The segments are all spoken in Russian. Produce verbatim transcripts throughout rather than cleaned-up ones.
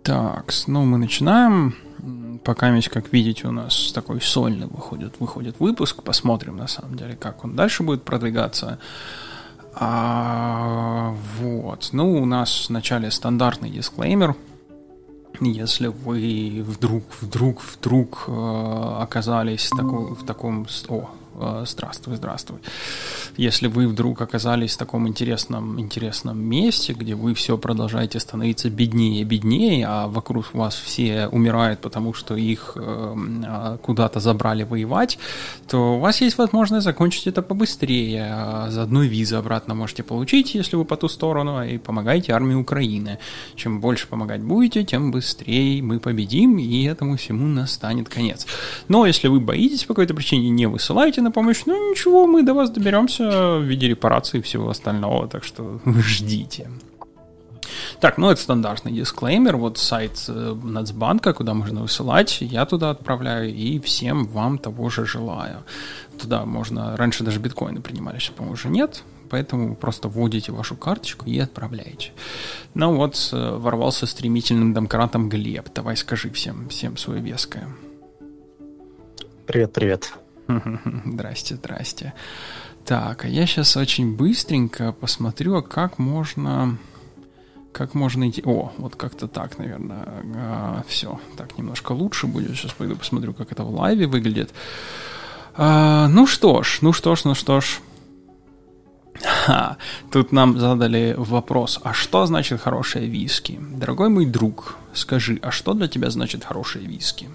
Так, ну мы начинаем. Пока, как видите, у нас такой сольный выходит, выходит выпуск. Посмотрим, на самом деле, как он дальше будет продвигаться. А, вот. Ну, у нас в начале стандартный дисклеймер. Если вы вдруг, вдруг, вдруг э, оказались в, таку, в таком... О, э, здравствуй, здравствуй. Если вы вдруг оказались в таком интересном, интересном месте, где вы все продолжаете становиться беднее и беднее, а вокруг вас все умирают, потому что их э, куда-то забрали воевать, то у вас есть возможность закончить это побыстрее. Заодно визу обратно можете получить, если вы по ту сторону, и помогаете армии Украины. Чем больше помогать будете, тем быстрее быстрее мы победим, и этому всему настанет конец. Но если вы боитесь по какой-то причине, не высылайте на помощь, ну ничего, мы до вас доберемся в виде репарации и всего остального, так что ждите. Так, ну это стандартный дисклеймер, вот сайт Нацбанка, куда можно высылать, я туда отправляю, и всем вам того же желаю. Туда можно, раньше даже биткоины принимали, сейчас, по-моему, уже нет, поэтому просто вводите вашу карточку и отправляете. Ну вот, ворвался стремительным домкратом Глеб, давай скажи всем, всем свое веское. Привет, привет. Здрасте, здрасте. Так, а я сейчас очень быстренько посмотрю, как можно... Как можно идти... О, вот как-то так, наверное. А, все, так немножко лучше будет. Сейчас пойду посмотрю, как это в лайве выглядит. А, ну что ж, ну что ж, ну что ж. Ха, тут нам задали вопрос, а что значит хорошее виски? Дорогой мой друг, скажи, а что для тебя значит хорошее виски?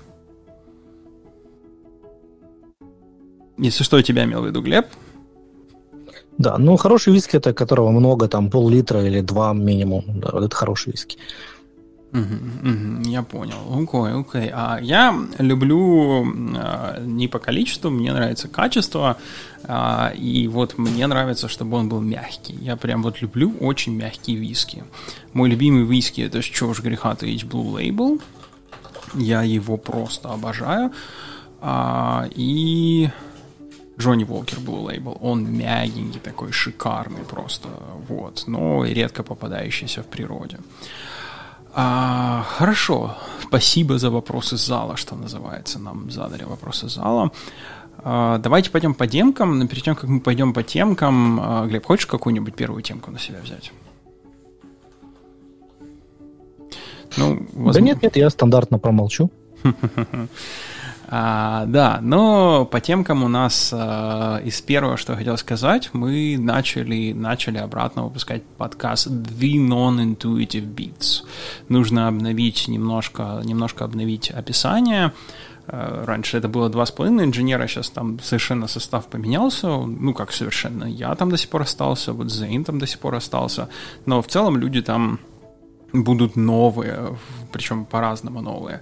Если что, тебя имел в виду Глеб? Да, ну хороший виски, это которого много, там пол-литра или два минимум. Да, вот это хороший виски. Угу, угу, я понял. Окей, окей. А я люблю а, не по количеству, мне нравится качество. А, и вот мне нравится, чтобы он был мягкий. Я прям вот люблю очень мягкие виски. Мой любимый виски — это, с чего ж греха таить, Blue Label. Я его просто обожаю. А, и... Джонни Уокер Blue Label, он мягенький такой, шикарный просто, вот, но редко попадающийся в природе. А, хорошо, спасибо за вопросы зала, что называется, нам задали вопросы зала. А, давайте пойдем по темкам, но перед тем, как мы пойдем по темкам, а, Глеб, хочешь какую-нибудь первую темку на себя взять? Ну, возможно... Да нет, нет, я стандартно промолчу. А, да, но по темкам у нас а, из первого, что я хотел сказать, мы начали, начали обратно выпускать подкаст The Non-Intuitive Beats. Нужно обновить немножко, немножко обновить описание. А, раньше это было два с половиной инженера, сейчас там совершенно состав поменялся. Ну, как совершенно, я там до сих пор остался, вот Зейн там до сих пор остался. Но в целом люди там будут новые, причем по-разному новые.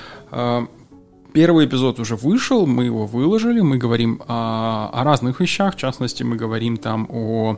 Первый эпизод уже вышел, мы его выложили, мы говорим о, о разных вещах, в частности, мы говорим там о,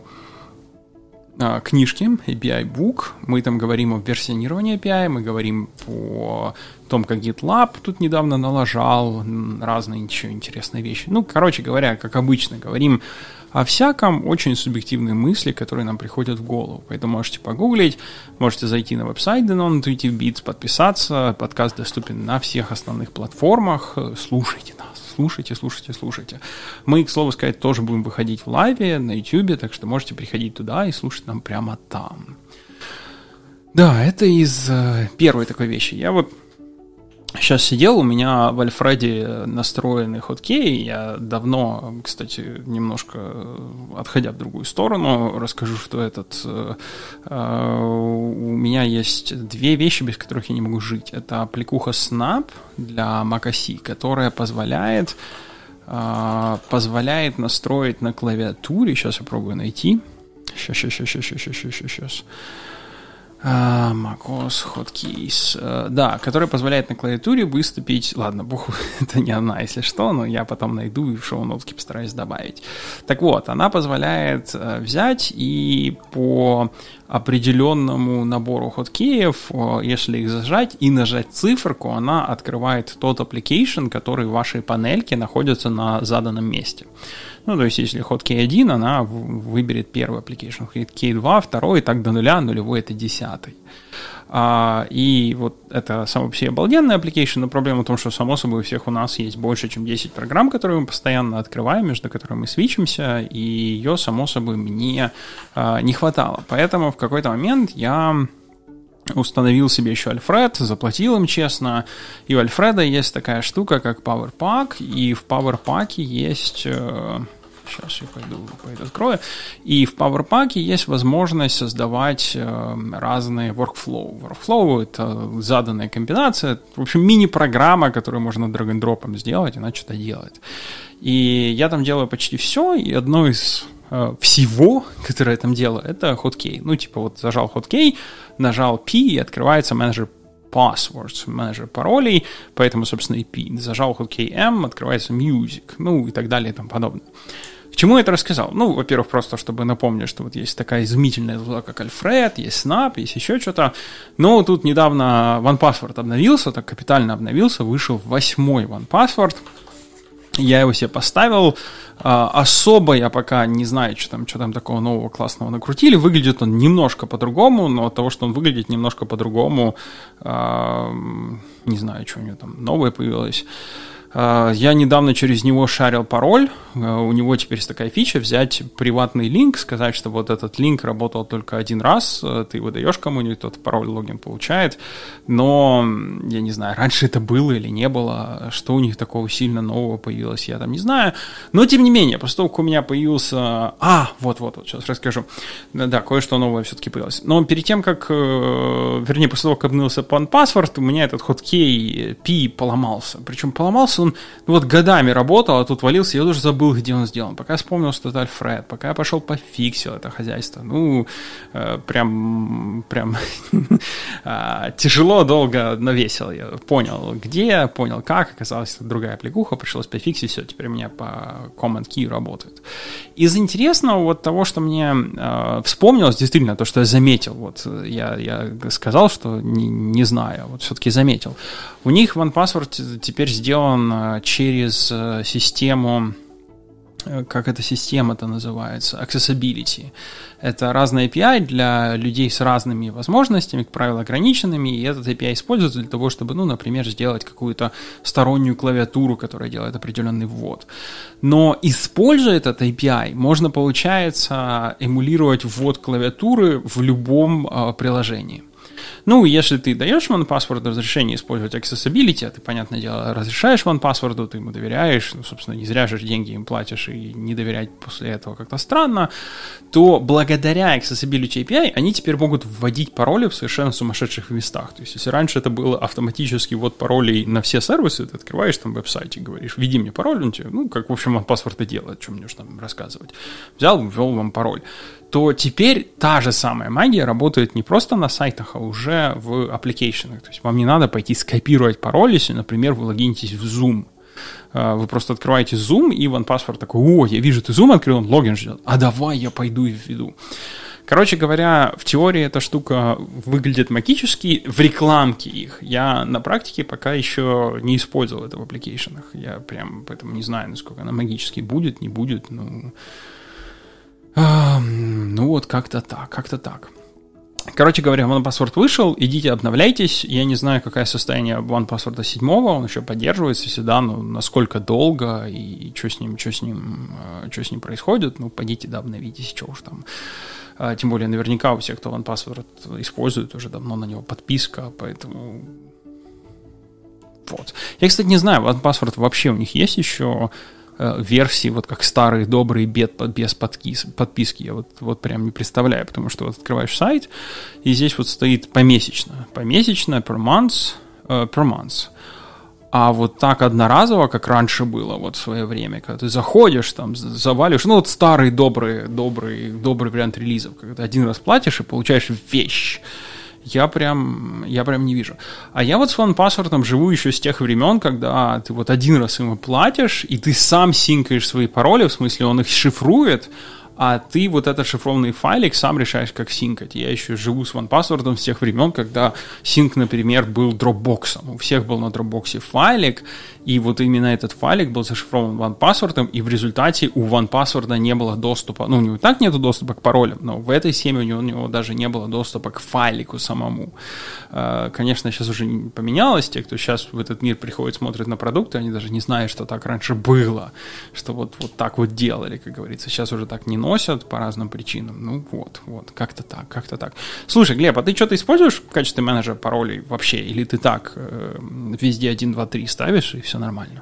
о книжке эй пи ай-book, мы там говорим о версионировании эй пи ай, мы говорим о том, как GitLab тут недавно налажал, разные еще интересные вещи. Ну, короче говоря, как обычно, говорим о всяком, очень субъективные мысли, которые нам приходят в голову. Поэтому можете погуглить, можете зайти на веб-сайт The Non-Intuitive Beats, подписаться. Подкаст доступен на всех основных платформах. Слушайте нас, слушайте, слушайте, слушайте. Мы, к слову сказать, тоже будем выходить в лайве на YouTube, так что можете приходить туда и слушать нам прямо там. Да, это из э, первой такой вещи. Я вот сейчас сидел, у меня в Альфреде настроены хоткеи, я давно, кстати, немножко отходя в другую сторону, расскажу, что этот... Э, э, у меня есть две вещи, без которых я не могу жить. Это аппликуха Snap для macOS, которая позволяет, э, позволяет настроить на клавиатуре, сейчас я пробую найти, сейчас, сейчас, сейчас, сейчас, сейчас, сейчас, сейчас, Uh, macOS Hotkeys, uh, да, который позволяет на клавиатуре выступить, ладно, бог, это не она, если что, но я потом найду и в шоу-нотки постараюсь добавить. Так вот, она позволяет uh, взять и по определенному набору хоткеев, uh, если их зажать и нажать циферку, она открывает тот application, который в вашей панельке находится на заданном месте. Ну, то есть, если хоткей один, она выберет первый application, хоткей два, второй, и так до нуля, нулевой — это десятый. А, и вот это само по себе обалденный application, но проблема в том, что, само собой, у всех у нас есть больше, чем десять программ, которые мы постоянно открываем, между которыми мы свитчимся, и ее, само собой, мне а, не хватало. Поэтому в какой-то момент я установил себе еще Alfred, заплатил им честно, и у Alfred есть такая штука, как Power Pack, и в Power Pack есть... Сейчас я пойду, пойду открою. И в Power Pack есть возможность создавать э, разные workflow. Workflow — это заданная комбинация, в общем, мини-программа, которую можно drag-and-drop'ом сделать, она что-то делает. И я там делаю почти все, и одно из э, всего, которое я там делаю, это hotkey. Ну, типа вот зажал hotkey, нажал P, и открывается менеджер passwords, менеджер паролей, поэтому, собственно, и P. Зажал hotkey M, открывается music, ну и так далее и тому подобное. К чему я это рассказал? Ну, во-первых, просто чтобы напомнить, что вот есть такая изумительная туда, как Alfred, есть Snap, есть еще что-то. Но тут недавно OnePassword обновился, так капитально обновился, вышел восьмой OnePassword. Я его себе поставил. А, особо я пока не знаю, что там, что там такого нового классного накрутили. Выглядит он немножко по-другому, но от того, что он выглядит немножко по-другому, а, не знаю, что у него там новое появилось. Я недавно через него шарил пароль, у него теперь есть такая фича: взять приватный линк, сказать, что вот этот линк работал только один раз, ты его даешь кому-нибудь, тот пароль, логин получает, но я не знаю, раньше это было или не было, что у них такого сильно нового появилось, я там не знаю, но тем не менее, после того, как у меня появился... А, вот-вот, вот, сейчас расскажу. Да, кое-что новое все-таки появилось. Но перед тем, как... Вернее, после того, как обновился OnePassword, у меня этот hotkey P поломался, причем поломался он, ну вот годами работал, а тут валился, я уже забыл, где он сделан. Пока я вспомнил, что это Alfred, пока я пошел пофиксил это хозяйство. Ну, э, прям, прям тяжело, долго, но весело. Я понял, где, понял, как. Оказалось, это другая аппликуха, пришлось пофиксить, все, теперь у меня по command key работает. Из интересного вот того, что мне э, вспомнилось, действительно, то, что я заметил, вот я, я сказал, что не, не знаю, вот все-таки заметил. У них OnePassword теперь сделан через систему, как эта система-то называется, accessibility. Это разные эй пи ай для людей с разными возможностями, как правило, ограниченными, и этот эй пи ай используется для того, чтобы, ну, например, сделать какую-то стороннюю клавиатуру, которая делает определенный ввод. Но, используя этот эй пи ай, можно, получается, эмулировать ввод клавиатуры в любом э, приложении. Ну, если ты даешь OnePassword разрешение использовать accessibility, а ты, понятное дело, разрешаешь OnePassword, ты ему доверяешь, ну, собственно, не зря же деньги им платишь, и не доверять после этого как-то странно, то благодаря accessibility эй пи ай они теперь могут вводить пароли в совершенно сумасшедших местах. То есть, если раньше это было автоматический ввод паролей на все сервисы, ты открываешь там веб-сайт и говоришь, введи мне пароль, он тебе, ну, как, в общем, OnePassword и делает, что мне уж там рассказывать. Взял, ввел вам пароль. То теперь та же самая магия работает не просто на сайтах, а уже в аппликейшенах. То есть вам не надо пойти скопировать пароль, если, например, вы логинитесь в Zoom. Вы просто открываете Zoom, и OnePassword такой: о, я вижу, ты Zoom открыл, он логин ждет, а давай я пойду и введу. Короче говоря, в теории эта штука выглядит магически, в рекламке их. Я на практике пока еще не использовал это в аппликейшенах. Я прям поэтому не знаю, насколько она магически будет, не будет, ну... Ну вот как-то так, как-то так. Короче говоря, OnePassword вышел, идите обновляйтесь. Я не знаю, какое состояние OnePassword семь, он еще поддерживается, если да, ну насколько долго и что с ним, что с ним, что с ним происходит. Ну, пойдите, да, обновитесь, что уж там. Тем более, наверняка у всех, кто OnePassword использует, уже давно на него подписка, поэтому... Вот. Я, кстати, не знаю, OnePassword вообще у них есть еще... версии, вот как старые добрые бет без подкис, подписки, я вот, вот прям не представляю, потому что вот открываешь сайт, и здесь вот стоит помесячно, помесячно, per month, uh, per month. А вот так одноразово, как раньше было вот в свое время, когда ты заходишь, там, завалишь, ну вот старый добрый, добрый, добрый вариант релизов, когда один раз платишь и получаешь вещь. Я прям, я прям не вижу. А я вот с OnePassword живу еще с тех времен, когда ты вот один раз ему платишь, и ты сам синкаешь свои пароли, в смысле он их шифрует, а ты вот этот шифрованный файлик сам решаешь, как синкать. Я еще живу с OnePassword с тех времен, когда синк, например, был Dropbox. У всех был на Dropbox файлик, и вот именно этот файлик был зашифрован OnePassword, и в результате у OnePassword не было доступа, ну, у него так нету доступа к паролям, но в этой схеме у него, у него даже не было доступа к файлику самому. Конечно, сейчас уже поменялось, те, кто сейчас в этот мир приходит, смотрит на продукты, они даже не знают, что так раньше было, что вот, вот так вот делали, как говорится. Сейчас уже так не носят по разным причинам. Ну вот, вот, как-то так, как-то так. Слушай, Глеб, а ты что-то используешь в качестве менеджера паролей вообще? Или ты так э, везде один, два, три ставишь, и все нормально?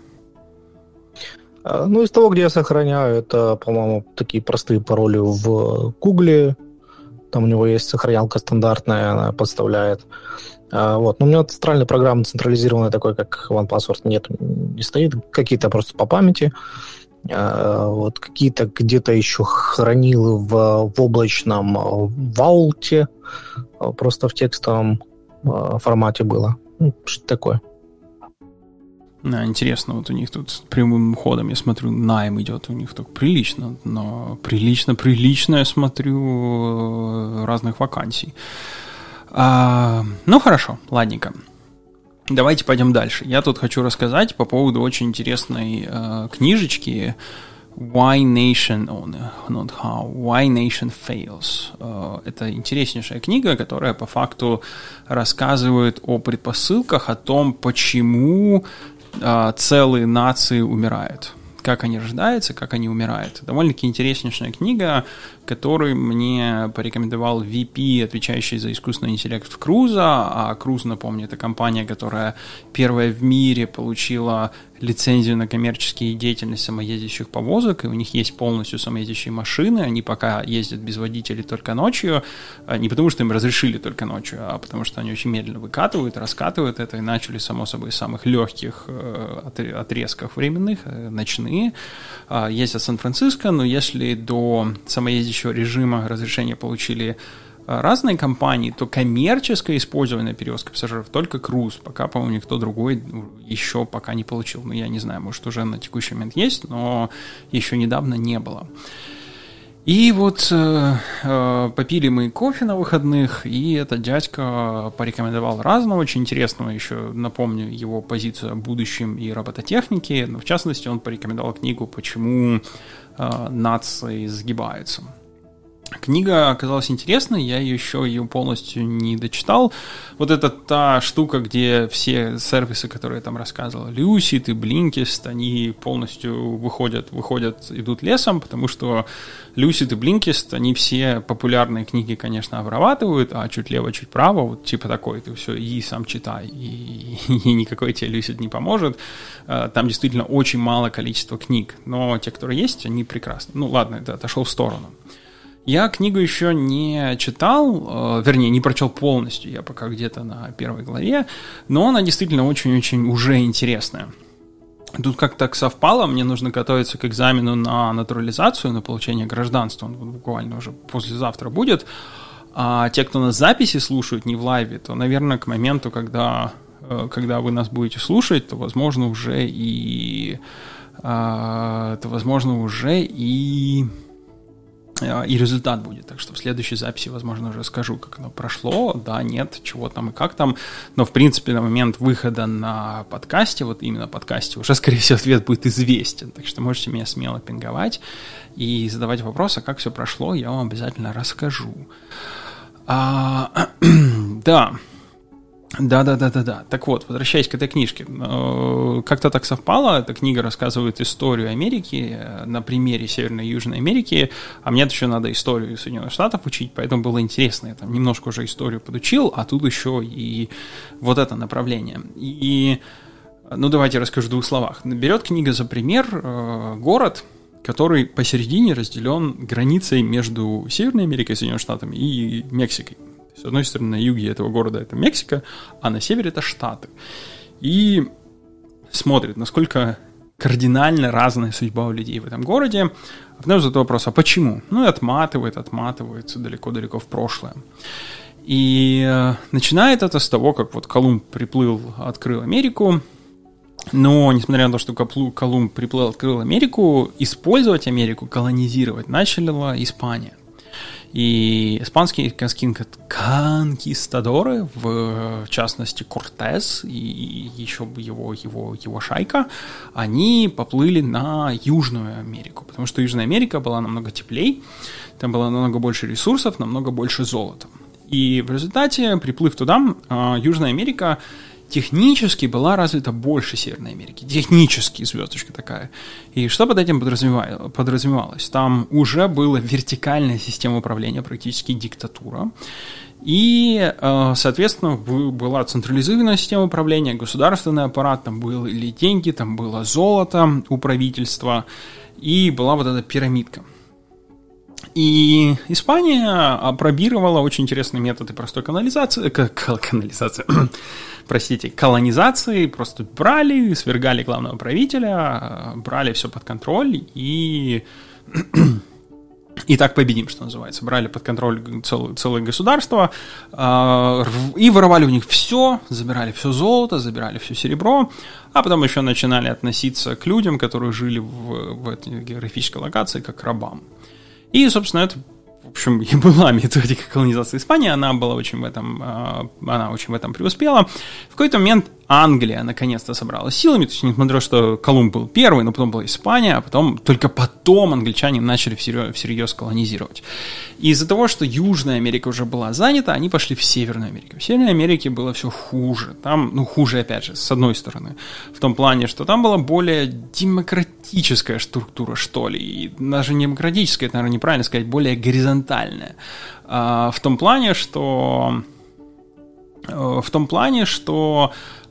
Ну, из того, где я сохраняю, это, по-моему, такие простые пароли в Гугле. Там у него есть сохранялка стандартная, она подставляет. Вот. Но у меня центральной программы централизированной такой, как OnePassword, нет, не стоит. Какие-то просто по памяти. Вот. Какие-то где-то еще хранил в, в облачном ваулте. Просто в текстовом формате было. Ну, что такое. Да, интересно, вот у них тут прямым ходом, я смотрю, найм идет у них так прилично, но прилично-прилично я смотрю разных вакансий. А, ну, хорошо, ладненько. Давайте пойдем дальше. Я тут хочу рассказать по поводу очень интересной э, книжечки Why Nation, oh, not how, Why Nation Fails. Uh, это интереснейшая книга, которая по факту рассказывает о предпосылках, о том, почему uh, целые нации умирают. Как они рождаются, как они умирают. Довольно-таки интереснейшая книга, которую мне порекомендовал ви пи, отвечающий за искусственный интеллект в Crusoe. А Crusoe, напомню, это компания, которая первая в мире получила лицензию на коммерческие деятельность самоездящих повозок, и у них есть полностью самоездящие машины, они пока ездят без водителей только ночью, не потому что им разрешили только ночью, а потому что они очень медленно выкатывают, раскатывают это, и начали, само собой, с самых легких отрезков временных, ночные, ездят в Сан-Франциско, но если до самоездящего режима разрешение получили разные компании, то коммерческое использование перевозки пассажиров только Cruise, пока, по-моему, никто другой еще пока не получил. Ну, я не знаю, может, уже на текущий момент есть, но еще недавно не было. И вот э, э, попили мы кофе на выходных, и этот дядька порекомендовал разного, очень интересного, еще напомню его позицию о будущем и робототехнике, но в частности он порекомендовал книгу «Почему э, нации сгибаются». Книга оказалась интересной, я еще ее полностью не дочитал. Вот это та штука, где все сервисы, которые я там рассказывал, Lucid и Blinkist, они полностью выходят, выходят, идут лесом, потому что Lucid и Blinkist, они все популярные книги, конечно, обрабатывают, а чуть лево, чуть право, вот типа такой, ты все и сам читай, и, и никакой тебе Lucid не поможет. Там действительно очень мало количества книг, но те, которые есть, они прекрасны. Ну ладно, это отошел в сторону. Я книгу еще не читал, вернее, не прочел полностью, я пока где-то на первой главе, но она действительно очень-очень уже интересная. Тут как-то так совпало, мне нужно готовиться к экзамену на натурализацию, на получение гражданства, он буквально уже послезавтра будет, а те, кто нас в записи слушают, не в лайве, то, наверное, к моменту, когда, когда вы нас будете слушать, то, возможно, уже и... то, возможно, уже и... и результат будет. Так что в следующей записи, возможно, уже скажу, как оно прошло, да, нет, чего там и как там. Но, в принципе, на момент выхода на подкасте, вот именно подкасте, уже, скорее всего, ответ будет известен. Так что можете меня смело пинговать и задавать вопросы, как все прошло, я вам обязательно расскажу. А, да. Да-да-да-да-да. Так вот, возвращаясь к этой книжке. Как-то так совпало, эта книга рассказывает историю Америки на примере Северной и Южной Америки, а мне еще надо историю Соединенных Штатов учить, поэтому было интересно. Я там немножко уже историю подучил, а тут еще и вот это направление. И, ну, давайте расскажу в двух словах. Берет книга за пример город, который посередине разделен границей между Северной Америкой, Соединенными Штатами и Мексикой. С одной стороны, на юге этого города это Мексика, а на севере это Штаты. И смотрит, насколько кардинально разная судьба у людей в этом городе. А потом задает вопрос, а почему? Ну и отматывает, отматывается далеко-далеко в прошлое. И начинает это с того, как вот Колумб приплыл, открыл Америку, Но, несмотря на то, что Колумб приплыл, открыл Америку, использовать Америку, колонизировать начала Испания. И испанские конкистадоры, в частности Кортес и еще его, его, его шайка, они поплыли на Южную Америку, потому что Южная Америка была намного теплей, там было намного больше ресурсов, намного больше золота. И в результате, приплыв туда, Южная Америка технически была развита больше Северной Америки. Технически, звездочка такая. И что под этим подразумевалось? Там уже была вертикальная система управления, практически диктатура. И, соответственно, была централизованная система управления, государственный аппарат, там были деньги, там было золото у правительства, и была вот эта пирамидка. И Испания опробировала очень интересные методы простой канализации, канализации, простите, колонизации, просто брали, свергали главного правителя, брали все под контроль и, и так победим, что называется. Брали под контроль целое, целое государство и воровали у них все, забирали все золото, забирали все серебро, а потом еще начинали относиться к людям, которые жили в, в этой географической локации, как к рабам. И, собственно, это, в общем, и была методика колонизации Испании, она была очень в этом, она очень в этом преуспела. В какой-то момент Англия наконец-то собралась силами, то есть, несмотря на то, что Колумб был первый, но потом была Испания, а потом, только потом англичане начали всерьез, всерьез колонизировать. И из-за того, что Южная Америка уже была занята, они пошли в Северную Америку. В Северной Америке было все хуже. Там, ну, хуже, опять же, с одной стороны, в том плане, что там была более демократическая структура, что ли, и даже не демократическая, это, наверное, неправильно сказать, более горизонтальная. А, в том плане, что... В том плане, что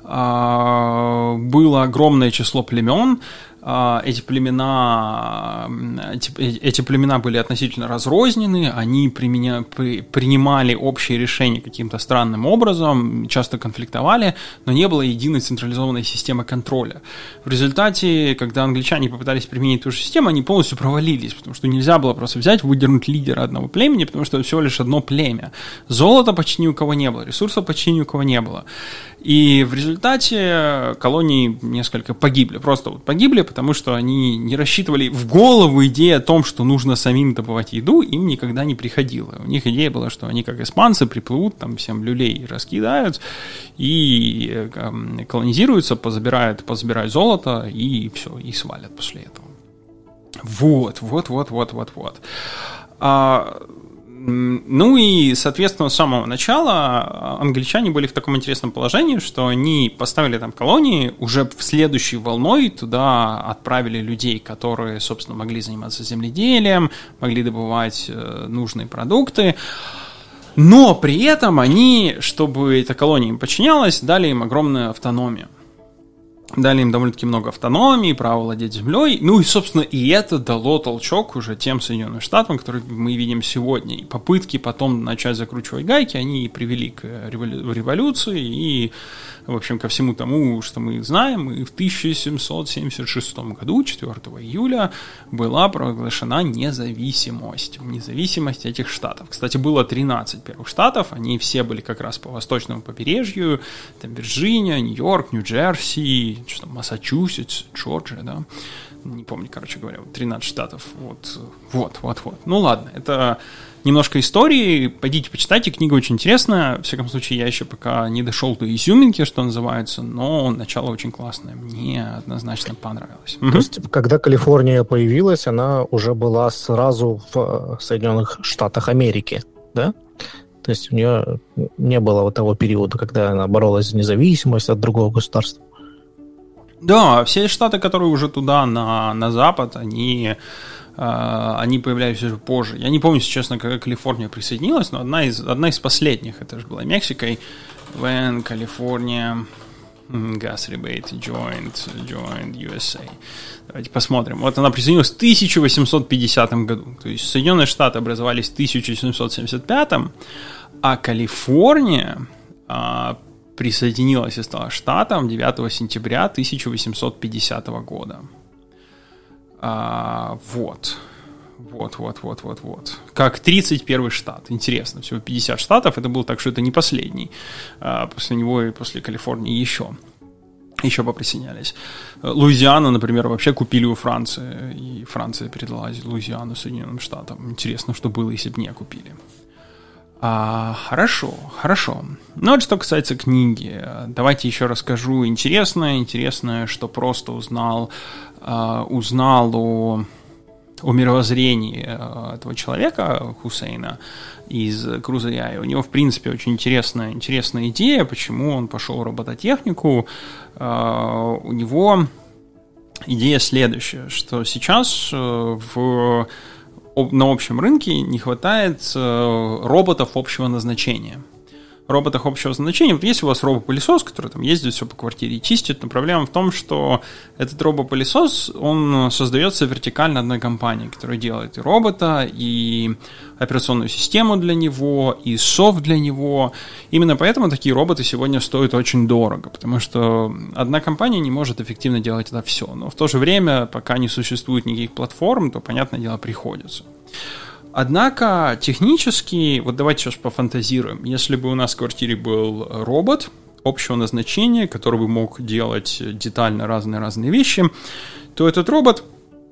было огромное число племен, эти племена, эти, эти племена были относительно разрознены, они применя, при, принимали общие решения каким-то странным образом, часто конфликтовали, но не было единой централизованной системы контроля. В результате, когда англичане попытались применить ту же систему, они полностью провалились, потому что нельзя было просто взять, выдернуть лидера одного племени, потому что это всего лишь одно племя. Золота почти ни у кого не было, ресурсов почти ни у кого не было. И в результате колонии несколько погибли, просто вот погибли, потому что они не рассчитывали, в голову идея о том, что нужно самим добывать еду, им никогда не приходила. У них идея была, что они, как испанцы, приплывут, там всем люлей раскидают и колонизируются, позабирают, позабирают золото и все, и свалят после этого. Вот, вот, вот, вот, вот, вот. А... Ну и, соответственно, с самого начала англичане были в таком интересном положении, что они поставили там колонии, уже в следующей волной туда отправили людей, которые, собственно, могли заниматься земледелием, могли добывать нужные продукты, но при этом они, чтобы эта колония им подчинялась, дали им огромную автономию. Дали им довольно-таки много автономии, право владеть землей. Ну и, собственно, и это дало толчок уже тем Соединенным Штатам, которые мы видим сегодня. И попытки потом начать закручивать гайки, они привели к революции и, в общем, ко всему тому, что мы знаем. И в тысяча семьсот семьдесят шестом году, четвёртого июля, была провозглашена независимость. Независимость этих штатов. Кстати, было тринадцать первых штатов, они все были как раз по восточному побережью. Там Вирджиния, Нью-Йорк, Нью-Джерси, что там, Массачусетс, Джорджия, да, не помню, короче говоря, тринадцать штатов, вот, вот, вот, вот. Ну ладно, это немножко истории, пойдите почитайте, книга очень интересная, во всяком случае, я еще пока не дошел до изюминки, что называется, но начало очень классное, мне однозначно понравилось. То есть, когда Калифорния появилась, она уже была сразу в Соединенных Штатах Америки, да? То есть у нее не было вот того периода, когда она боролась за независимость от другого государства. Да, все штаты, которые уже туда, на, на запад, они, э, они появлялись уже позже. Я не помню, если честно, когда Калифорния присоединилась, но одна из, одна из последних, это же была Мексикой, when California gas rebate joined, joined ю эс эй. Давайте посмотрим. Вот она присоединилась в тысяча восемьсот пятидесятом году. То есть Соединенные Штаты образовались в тысяча семьсот семьдесят пятом, а Калифорния... Э, присоединилась и стала штатом девятого сентября тысяча восемьсот пятидесятого года. А, вот. Вот, вот, вот, вот, вот. Как тридцать первый штат. Интересно, всего пятьдесят штатов. Это было так, что это не последний. А, после него и после Калифорнии еще. еще поприсоединялись. Луизиану, например, вообще купили у Франции, и Франция передала Луизиану Соединенным Штатам. Интересно, что было, если бы не купили. А, хорошо, хорошо. Ну, вот что касается книги, давайте еще расскажу интересное, интересное, что просто узнал, uh, узнал о, о мировоззрении этого человека, Хусейна, из Cruise.эй ай. У него, в принципе, очень интересная, интересная идея, почему он пошел в робототехнику. Uh, у него идея следующая, что сейчас uh, в на общем рынке не хватает э, роботов общего назначения. Роботов общего назначения. Вот есть у вас робопылесос, который там ездит все по квартире и чистит, но проблема в том, что этот робопылесос, он создается вертикально одной компанией, которая делает и робота, и операционную систему для него, и софт для него. Именно поэтому такие роботы сегодня стоят очень дорого, потому что одна компания не может эффективно делать это все. Но в то же время, пока не существует никаких платформ, то, понятное дело, приходится. Однако технически, вот давайте сейчас пофантазируем, если бы у нас в квартире был робот общего назначения, который бы мог делать детально разные-разные вещи, то этот робот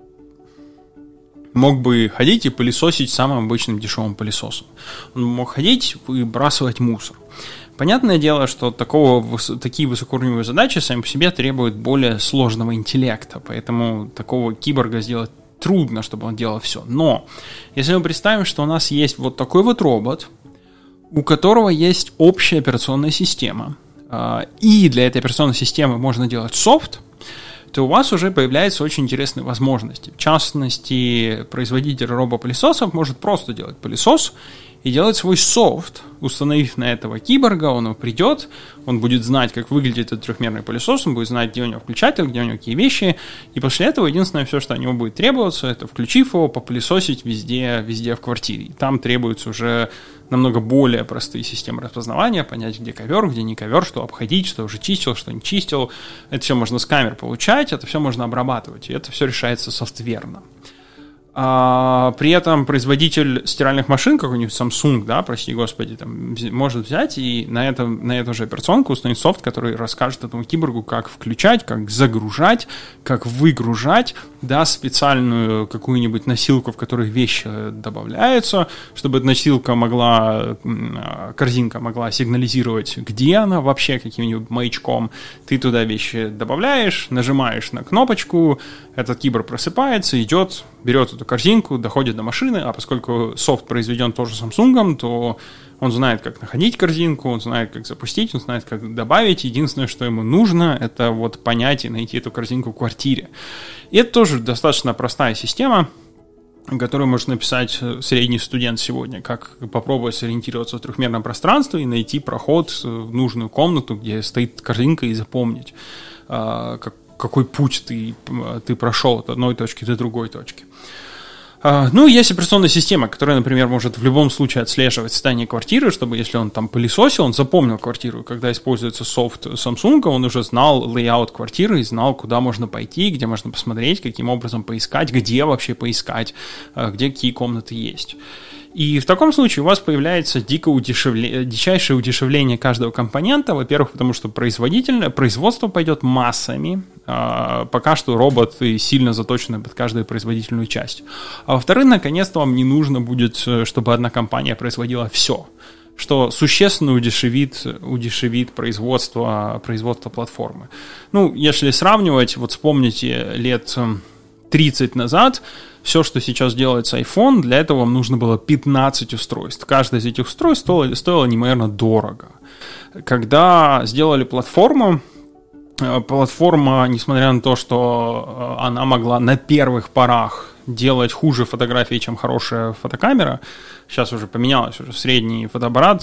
мог бы ходить и пылесосить самым обычным дешевым пылесосом. Он мог ходить и выбрасывать мусор. Понятное дело, что такого, такие высокоуровневые задачи сами по себе требуют более сложного интеллекта, поэтому такого киборга сделать трудно, чтобы он делал все. Но если мы представим, что у нас есть вот такой вот робот, у которого есть общая операционная система, и для этой операционной системы можно делать софт, то у вас уже появляются очень интересные возможности. В частности, производитель робопылесосов может просто делать пылесос и делать свой софт, установив на этого киборга, он придет, он будет знать, как выглядит этот трехмерный пылесос, он будет знать, где у него включатель, где у него какие вещи, и после этого единственное все, что от него будет требоваться, это, включив его, попылесосить везде, везде в квартире. И там требуются уже намного более простые системы распознавания, понять, где ковер, где не ковер, что обходить, что уже чистил, что не чистил. Это все можно с камер получать, это все можно обрабатывать, и это все решается софтверно. А, при этом производитель стиральных машин, какой-нибудь Samsung, да, прости господи, там, может взять и на, это, на эту же операционку установить софт, который расскажет этому киборгу, как включать, как загружать, как выгружать, даст специальную какую-нибудь носилку, в которой вещи добавляются, чтобы эта носилка могла, корзинка могла сигнализировать, где она вообще, каким-нибудь маячком. Ты туда вещи добавляешь, нажимаешь на кнопочку, этот киборг просыпается, идет, берет эту корзинку, доходит до машины, а поскольку софт произведен тоже Samsung, то он знает, как находить корзинку, он знает, как запустить, он знает, как добавить. Единственное, что ему нужно, это вот понять и найти эту корзинку в квартире. И это тоже достаточно простая система, которую может написать средний студент сегодня, как попробовать сориентироваться в трехмерном пространстве и найти проход в нужную комнату, где стоит корзинка, и запомнить, как какой путь ты, ты прошел от одной точки до другой точки. Ну, есть операционная система, которая, например, может в любом случае отслеживать состояние квартиры, чтобы, если он там пылесосил, он запомнил квартиру. Когда используется софт Samsung, он уже знал лейаут квартиры и знал, куда можно пойти, где можно посмотреть, каким образом поискать, где вообще поискать, где какие комнаты есть. И в таком случае у вас появляется дико удешевле... дичайшее удешевление каждого компонента. Во-первых, потому что производительное производство пойдет массами. А, пока что роботы сильно заточены под каждую производительную часть. А во-вторых, наконец-то вам не нужно будет, чтобы одна компания производила все, что существенно удешевит, удешевит производство, производство платформы. Ну, если сравнивать, вот вспомните лет тридцать назад, все, что сейчас делается iPhone, для этого вам нужно было пятнадцать устройств. Каждое из этих устройств стоило, стоило неимоверно дорого. Когда сделали платформу, платформа, несмотря на то, что она могла на первых порах делать хуже фотографии, чем хорошая фотокамера, сейчас уже поменялось, уже средний фотоаппарат,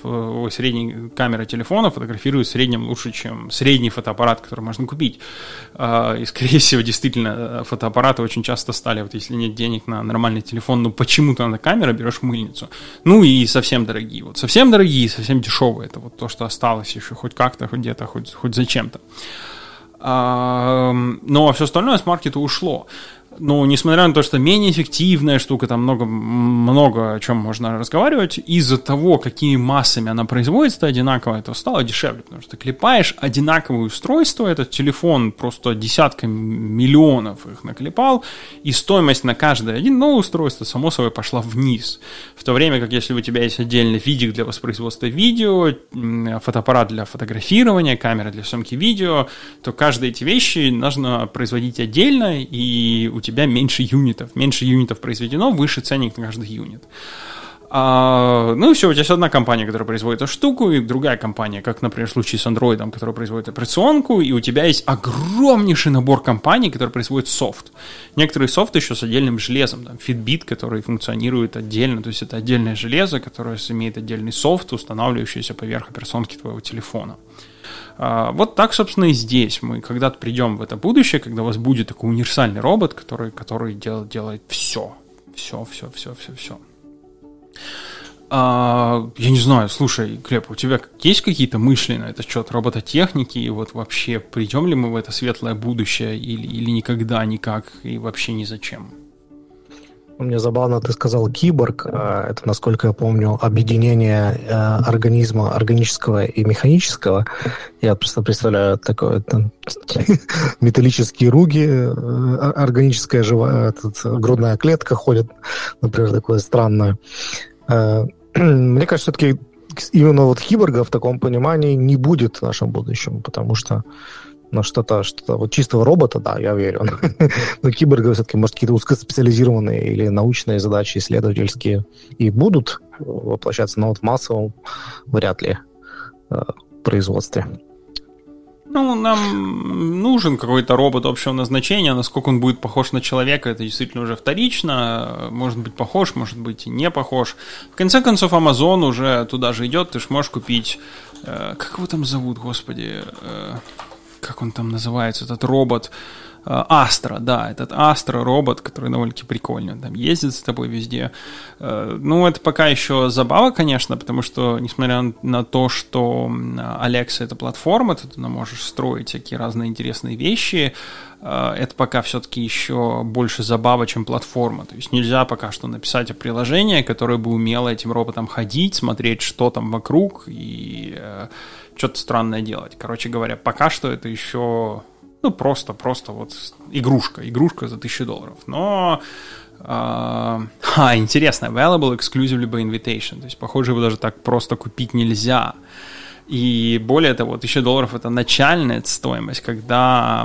средняя камера телефона фотографирует в среднем лучше, чем средний фотоаппарат, который можно купить. И, скорее всего, действительно, фотоаппараты очень часто стали, вот если нет денег на нормальный телефон, ну почему-то на камеру берешь мыльницу. Ну и совсем дорогие. Вот совсем дорогие, совсем дешевые. Это вот то, что осталось еще хоть как-то, хоть где-то, хоть, хоть зачем-то. Но все остальное с маркета ушло. Но несмотря на то, что менее эффективная штука, там много, много о чем можно разговаривать, из-за того, какими массами она производится одинаково, это стало дешевле, потому что ты клепаешь одинаковое устройство, этот телефон просто десятками миллионов их наклепал, и стоимость на каждое один новое устройство, само собой, пошла вниз. В то время как если у тебя есть отдельный видик для воспроизводства видео, фотоаппарат для фотографирования, камера для съемки видео, то каждые эти вещи нужно производить отдельно, и у тебя меньше юнитов. Меньше юнитов произведено, выше ценник на каждый юнит. А, ну и все, у тебя есть одна компания, которая производит эту штуку, и другая компания, как, например, в случае с Android, которая производит операционку, и у тебя есть огромнейший набор компаний, которые производят софт. Некоторые софты еще с отдельным железом, там, Fitbit, который функционирует отдельно, то есть это отдельное железо, которое имеет отдельный софт, устанавливающийся поверх операционки твоего телефона. А, вот так, собственно, и здесь. Мы когда-то придем в это будущее, когда у вас будет такой универсальный робот, который, который дел, делает все. Все, все, все, все, все. А, я не знаю, слушай, Глеб, у тебя есть какие-то мысли на этот счет робототехники, и вот вообще придем ли мы в это светлое будущее или, или никогда, никак, и вообще ни зачем? Мне забавно, ты сказал киборг. Это, насколько я помню, объединение организма органического и механического. Я просто представляю такое там, металлические руки, органическая живая грудная клетка ходит, например, такое странное. Мне кажется, все-таки именно вот киборга в таком понимании не будет в нашем будущем, потому что ну, что-то, что-то, вот чистого робота, да, я верю. Но киборга все-таки, может, какие-то узкоспециализированные или научные задачи исследовательские и будут воплощаться, но вот в массовом вряд ли э, производстве. Ну, нам нужен какой-то робот общего назначения. Насколько он будет похож на человека, это действительно уже вторично. Может быть похож, может быть и не похож. В конце концов, Amazon уже туда же идет. Ты же можешь купить... Э, как его там зовут, господи... Э, как он там называется, этот робот, Астра, да, этот Астра робот, который довольно-таки прикольный, он там ездит с тобой везде. Ну, это пока еще забава, конечно, потому что, несмотря на то, что Alexa — это платформа, ты туда можешь строить всякие разные интересные вещи, это пока все-таки еще больше забава, чем платформа. То есть нельзя пока что написать приложение, которое бы умело этим роботом ходить, смотреть, что там вокруг, и что-то странное делать. Короче говоря, пока что это еще, ну, просто, просто вот игрушка, игрушка за тысячу долларов. Но, э, а, интересно, available exclusively by invitation. То есть, похоже, его даже так просто купить нельзя. И более того, тысяча долларов — это начальная стоимость, когда,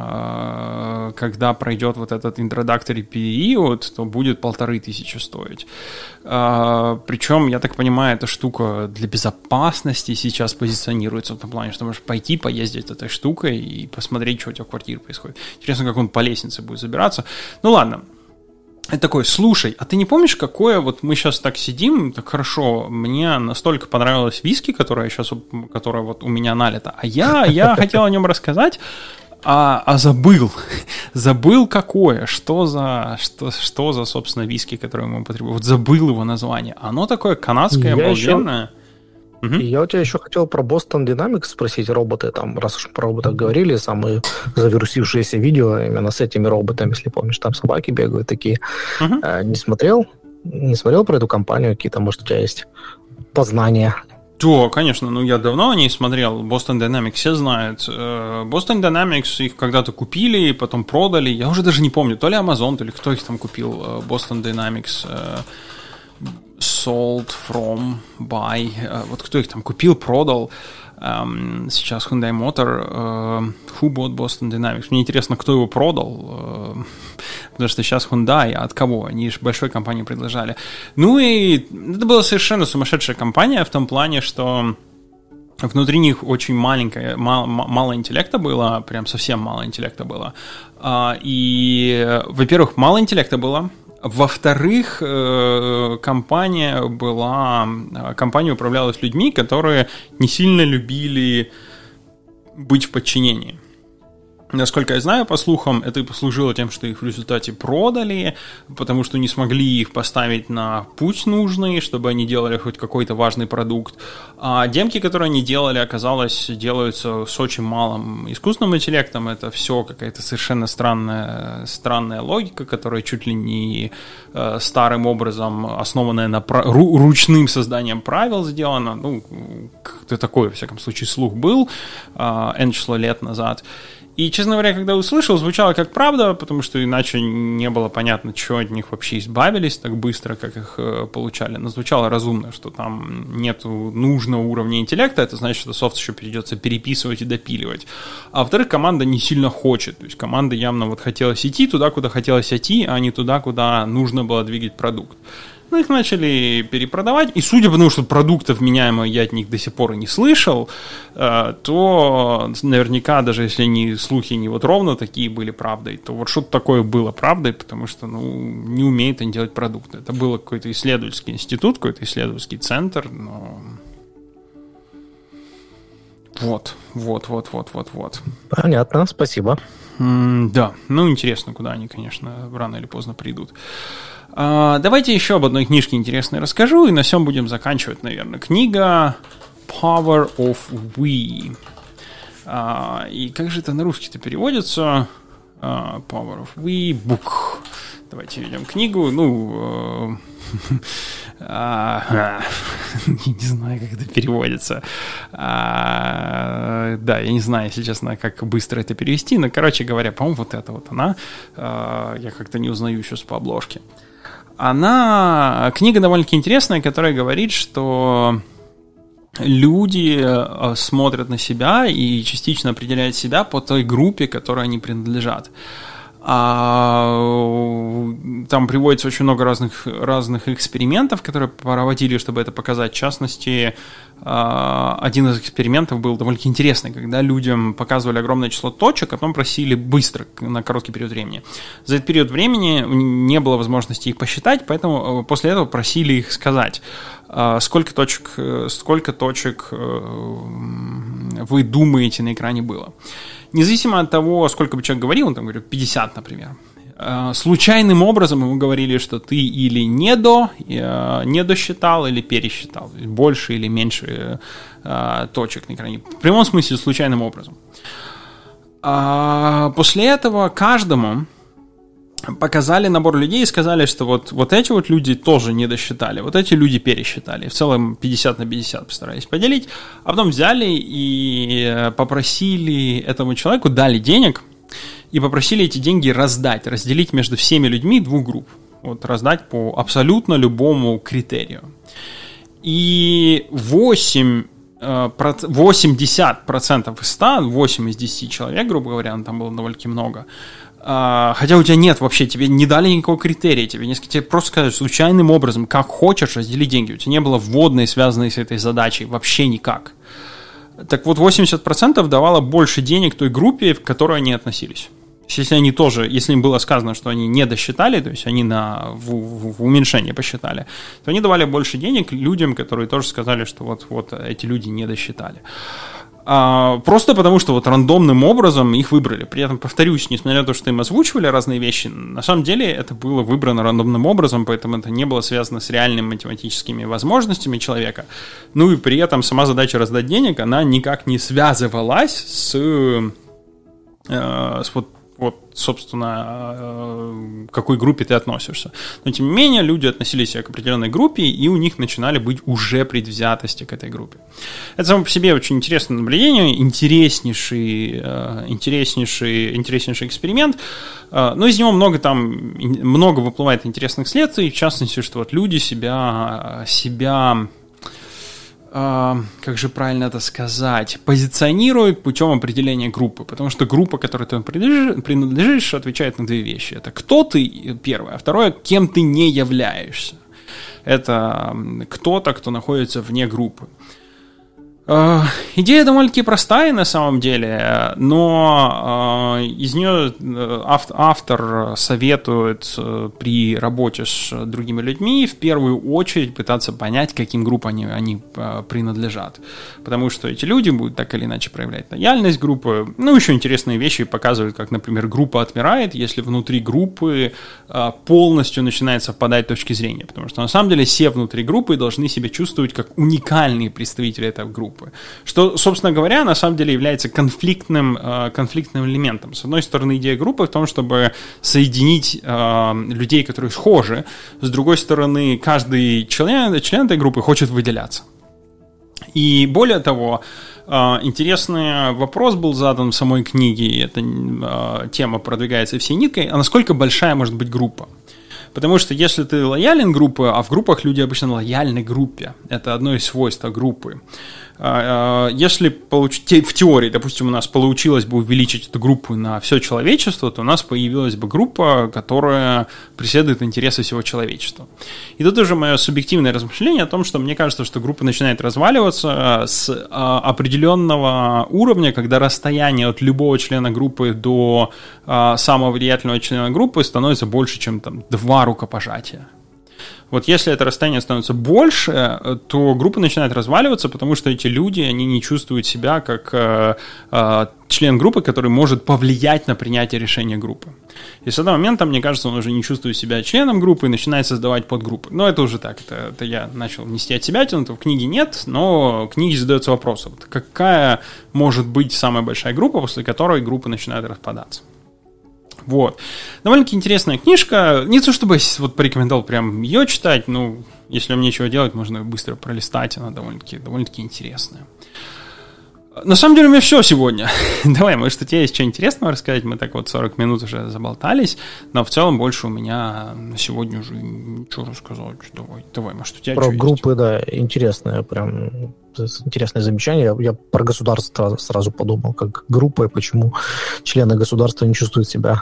э, когда пройдет вот этот introductory период, то будет полторы тысячи стоить. Э, причем, я так понимаю, эта штука для безопасности сейчас позиционируется в том плане, что можешь пойти поездить этой штукой и посмотреть, что у тебя в квартире происходит. Интересно, как он по лестнице будет забираться. Ну ладно. Это такой, слушай, а ты не помнишь, какое, вот мы сейчас так сидим, так хорошо, мне настолько понравилось виски, которое сейчас, которое вот у меня налито, а я, я хотел о нем рассказать, а, а забыл, забыл какое, что за, что, что за, собственно, виски, которое мы употребляем, вот забыл его название, оно такое канадское, обалденное. Еще... Угу. Я у тебя еще хотел про Boston Dynamics спросить, роботы, там, раз уж про роботов говорили, самые завирусившиеся видео именно с этими роботами, если помнишь, там собаки бегают такие. Угу. А, не смотрел? Не смотрел про эту компанию? Какие-то, может, у тебя есть познания? Да, конечно, ну я давно о ней смотрел, Boston Dynamics все знают. Boston Dynamics их когда-то купили, потом продали, я уже даже не помню, то ли Amazon, то ли кто их там купил, Boston Dynamics... sold from, buy, вот кто их там купил, продал, сейчас Hyundai Motor, who bought Boston Dynamics, мне интересно, кто его продал, потому что сейчас Hyundai, а от кого, они же большой компании предложили. Ну и это была совершенно сумасшедшая компания в том плане, что внутри них очень маленькое, мало, мало интеллекта было, прям совсем мало интеллекта было, и, во-первых, мало интеллекта было. Во-вторых, компания была, компания управлялась людьми, которые не сильно любили быть в подчинении. Насколько я знаю, по слухам, это и послужило тем, что их в результате продали, потому что не смогли их поставить на путь нужный, чтобы они делали хоть какой-то важный продукт. А демки, которые они делали, оказалось, делаются с очень малым искусственным интеллектом. Это все какая-то совершенно странная, странная логика, которая чуть ли не э, старым образом, основанная на пра- ру- ручным созданием правил сделана. Ну, как-то такой, во всяком случае, слух был э, N число лет назад. И, честно говоря, когда услышал, звучало как правда, потому что иначе не было понятно, чего от них вообще избавились так быстро, как их э, получали. Но звучало разумно, что там нет нужного уровня интеллекта, это значит, что софт еще придется переписывать и допиливать. А во-вторых, команда не сильно хочет. То есть команда явно вот хотелось идти туда, куда хотелось идти, а не туда, куда нужно было двигать продукт. Ну, их начали перепродавать, и судя по тому, что продуктов вменяемых я от них до сих пор и не слышал, то наверняка, даже если они слухи не вот ровно такие были правдой, то вот что-то такое было правдой, потому что, ну, не умеют они делать продукты. Это был какой-то исследовательский институт, какой-то исследовательский центр, но... Вот, вот, вот, вот, вот, вот. Понятно, спасибо. М- да, ну, интересно, куда они, конечно, рано или поздно придут. Uh, давайте еще об одной книжке интересной расскажу, и на всем будем заканчивать, наверное. Книга Power of We. Uh, и как же это на русский-то переводится? Uh, Power of We Book. Давайте ведем книгу. Ну, uh, uh, я не знаю, как это переводится. Uh, да, я не знаю, если честно, как быстро это перевести, но, короче говоря, по-моему, вот это вот она. Uh, я как-то не узнаю сейчас по обложке. Она, книга довольно-таки интересная, которая говорит, что люди смотрят на себя и частично определяют себя по той группе, которой они принадлежат. А, там приводится очень много разных, разных экспериментов, которые проводили, чтобы это показать. В частности, один из экспериментов был довольно интересный, когда людям показывали огромное число точек, а потом просили быстро, на короткий период времени. За этот период времени не было возможности их посчитать, поэтому после этого просили их сказать, сколько точек, сколько точек вы думаете на экране было. Независимо от того, сколько бы человек говорил, он там говорил пятьдесят, например, случайным образом ему говорили, что ты или не до, не досчитал, или пересчитал, больше или меньше точек на экране. В прямом смысле случайным образом. После этого каждому показали набор людей и сказали, что вот, вот эти вот люди тоже не досчитали, вот эти люди пересчитали. В целом пятьдесят на пятьдесят постарались поделить. А потом взяли и попросили этому человеку, дали денег и попросили эти деньги раздать, разделить между всеми людьми двух групп. Вот раздать по абсолютно любому критерию. И восемь восемьдесят процентов из ста, восемь из десяти человек, грубо говоря, там было довольно-таки много, хотя у тебя нет вообще, тебе не дали никакого критерия, тебе, несколько, тебе просто сказали случайным образом, как хочешь, раздели деньги. У тебя не было вводной, связанной с этой задачей, вообще никак. Так вот, восемьдесят процентов давало больше денег той группе, в которой они относились. Если они тоже, если им было сказано, что они не досчитали, то есть они на, в, в, в уменьшение посчитали, то они давали больше денег людям, которые тоже сказали, что вот, вот эти люди не досчитали. А, просто потому, что вот рандомным образом их выбрали. При этом, повторюсь, несмотря на то, что им озвучивали разные вещи, на самом деле это было выбрано рандомным образом, поэтому это не было связано с реальными математическими возможностями человека. Ну и при этом сама задача раздать денег, она никак не связывалась с, э, с вот вот, собственно, к какой группе ты относишься. Но, тем не менее, люди относились к определенной группе, и у них начинали быть уже предвзятости к этой группе. Это само по себе очень интересное наблюдение, интереснейший, интереснейший, интереснейший эксперимент. Но из него много там, много выплывает интересных следствий, в частности, что вот люди себя, себя как же правильно это сказать, позиционирует путем определения группы, потому что группа, которой ты принадлежишь, отвечает на две вещи. Это кто ты, первое, а второе, кем ты не являешься. Это кто-то, кто находится вне группы. Идея довольно-таки простая на самом деле, но из нее автор советует при работе с другими людьми в первую очередь пытаться понять, к каким группам они, они принадлежат. Потому что эти люди будут так или иначе проявлять лояльность группы. Ну, еще интересные вещи показывают, как, например, группа отмирает, если внутри группы полностью начинает совпадать точки зрения. Потому что на самом деле все внутри группы должны себя чувствовать как уникальные представители этой группы. Что, собственно говоря, на самом деле является конфликтным, э, конфликтным элементом. С одной стороны, идея группы в том, чтобы соединить э, людей, которые схожи. С другой стороны, каждый член, член этой группы хочет выделяться. И более того, э, интересный вопрос был задан в самой книге, эта э, тема продвигается всей ниткой, а насколько большая может быть группа? Потому что если ты лоялен группе, а в группах люди обычно лояльны группе, это одно из свойств группы. Если получить, в теории, допустим, у нас получилось бы увеличить эту группу на все человечество, то у нас появилась бы группа, которая преследует интересы всего человечества. И тут уже мое субъективное размышление о том, что мне кажется, что группа начинает разваливаться с определенного уровня, когда расстояние от любого члена группы до самого влиятельного члена группы становится больше, чем там два рукопожатия. Вот если это расстояние становится больше, то группа начинает разваливаться, потому что эти люди, они не чувствуют себя как э, э, член группы, который может повлиять на принятие решения группы. И с этого момента, мне кажется, он уже не чувствует себя членом группы и начинает создавать подгруппы. Но это уже так, это, это я начал нести от себя, это в книге нет, но в книге задается вопрос, вот какая может быть самая большая группа, после которой группы начинают распадаться. Вот. Довольно-таки интересная книжка. Не то чтобы вот порекомендовал прям ее читать, но если вам нечего делать, можно ее быстро пролистать. Она довольно-таки, довольно-таки интересная. На самом деле у меня все сегодня. Давай, может, у тебя есть что интересного рассказать? Мы так вот сорок минут уже заболтались, но в целом больше у меня на сегодня уже ничего рассказать. Давай, давай, может, у тебя про что группы, есть? Да, интересное прям... Интересное замечание. Я, я про государство сразу подумал, как группа, и почему члены государства не чувствуют себя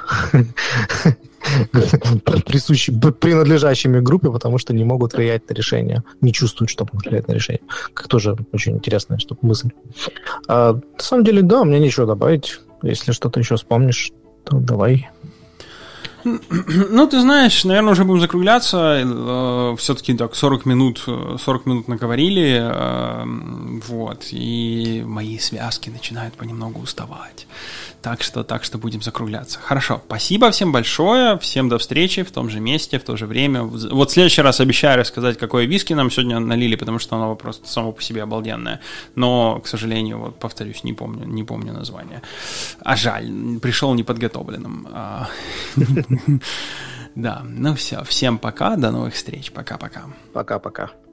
принадлежащими группе, потому что не могут влиять на решение, не чувствуют, что могут влиять на решение. Как тоже очень интересная что мысль. А, на самом деле, да, мне нечего добавить. Если что-то еще вспомнишь, то давай. Ну, ты знаешь, наверное, уже будем закругляться. Все-таки так, сорок минут, сорок минут наговорили. Вот. И мои связки начинают понемногу уставать. Так что, так что будем закругляться. Хорошо. Спасибо всем большое. Всем до встречи в том же месте, в то же время. Вот в следующий раз обещаю рассказать, какое виски нам сегодня налили, потому что оно просто само по себе обалденное. Но, к сожалению, вот повторюсь, не помню, не помню название. А жаль, пришел неподготовленным. Да, ну все, всем пока, до новых встреч, пока-пока. Пока-пока.